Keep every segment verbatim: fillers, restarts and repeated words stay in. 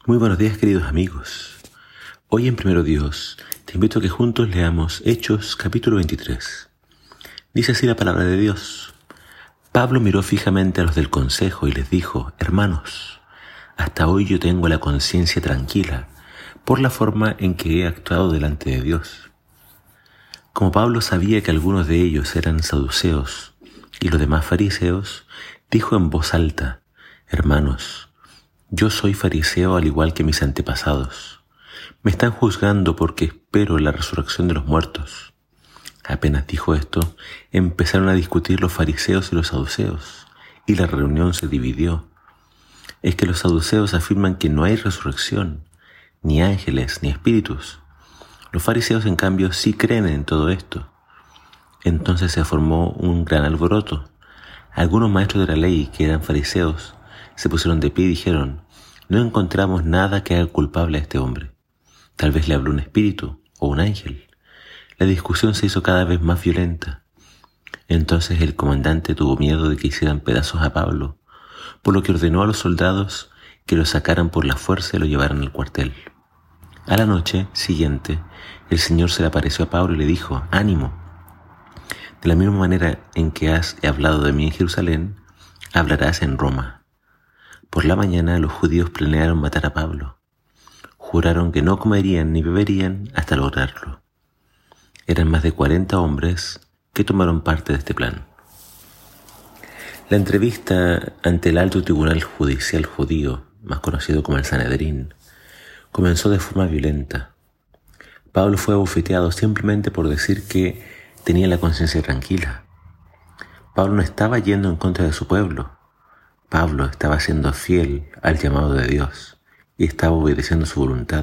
Muy buenos días, queridos amigos. Hoy en Primero Dios te invito a que juntos leamos Hechos capítulo veintitrés. Dice así la palabra de Dios. Pablo miró fijamente a los del consejo y les dijo: Hermanos, hasta hoy yo tengo la conciencia tranquila por la forma en que he actuado delante de Dios. Como Pablo sabía que algunos de ellos eran saduceos y los demás fariseos, dijo en voz alta: Hermanos, yo soy fariseo al igual que mis antepasados. Me están juzgando porque espero la resurrección de los muertos. Apenas dijo esto, empezaron a discutir los fariseos y los saduceos, y la reunión se dividió. Es que los saduceos afirman que no hay resurrección, ni ángeles, ni espíritus. Los fariseos, en cambio, sí creen en todo esto. Entonces se formó un gran alboroto. Algunos maestros de la ley, que eran fariseos, se pusieron de pie y dijeron: No encontramos nada que haga culpable a este hombre. Tal vez le habló un espíritu o un ángel. La discusión se hizo cada vez más violenta. Entonces el comandante tuvo miedo de que hicieran pedazos a Pablo, por lo que ordenó a los soldados que lo sacaran por la fuerza y lo llevaran al cuartel. A la noche siguiente, el Señor se le apareció a Pablo y le dijo: Ánimo. De la misma manera en que has hablado de mí en Jerusalén, hablarás en Roma. Por la mañana los judíos planearon matar a Pablo. Juraron que no comerían ni beberían hasta lograrlo. Eran más de cuarenta hombres que tomaron parte de este plan. La entrevista ante el alto tribunal judicial judío, más conocido como el Sanedrín, comenzó de forma violenta. Pablo fue abofeteado simplemente por decir que tenía la conciencia tranquila. Pablo no estaba yendo en contra de su pueblo. Pablo estaba siendo fiel al llamado de Dios y estaba obedeciendo su voluntad.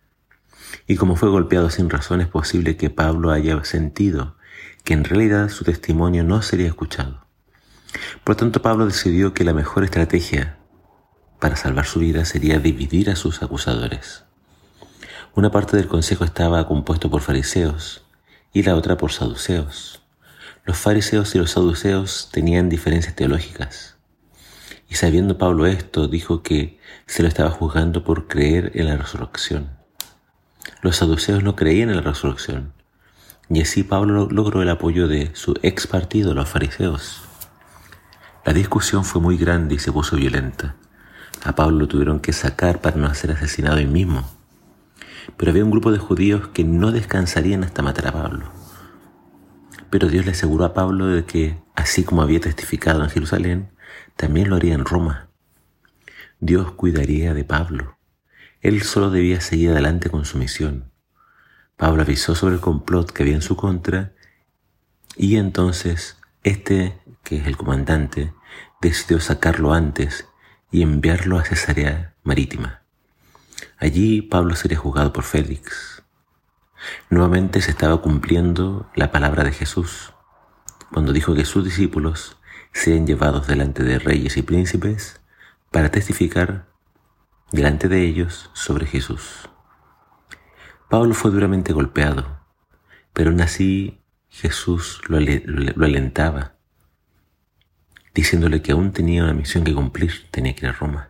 Y como fue golpeado sin razón, es posible que Pablo haya sentido que en realidad su testimonio no sería escuchado. Por lo tanto, Pablo decidió que la mejor estrategia para salvar su vida sería dividir a sus acusadores. Una parte del consejo estaba compuesto por fariseos y la otra por saduceos. Los fariseos y los saduceos tenían diferencias teológicas. Y sabiendo Pablo esto, dijo que se lo estaba juzgando por creer en la resurrección. Los saduceos no creían en la resurrección, y así Pablo logró el apoyo de su ex partido, los fariseos. La discusión fue muy grande y se puso violenta. A Pablo lo tuvieron que sacar para no ser asesinado él mismo. Pero había un grupo de judíos que no descansarían hasta matar a Pablo. Pero Dios le aseguró a Pablo de que, así como había testificado en Jerusalén, también lo haría en Roma. Dios cuidaría de Pablo. Él solo debía seguir adelante con su misión. Pablo avisó sobre el complot que había en su contra y entonces este, que es el comandante, decidió sacarlo antes y enviarlo a Cesarea Marítima. Allí Pablo sería juzgado por Félix. Nuevamente se estaba cumpliendo la palabra de Jesús, cuando dijo que sus discípulos sean llevados delante de reyes y príncipes para testificar delante de ellos sobre Jesús. Pablo fue duramente golpeado, pero aún así Jesús lo, lo alentaba, diciéndole que aún tenía una misión que cumplir, tenía que ir a Roma.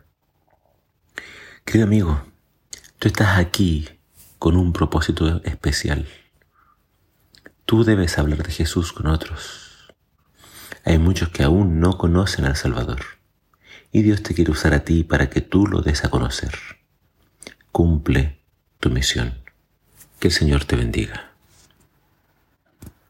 Querido amigo, tú estás aquí con un propósito especial. Tú debes hablar de Jesús con otros. Hay muchos que aún no conocen al Salvador, y Dios te quiere usar a ti para que tú lo des a conocer. Cumple tu misión. Que el Señor te bendiga.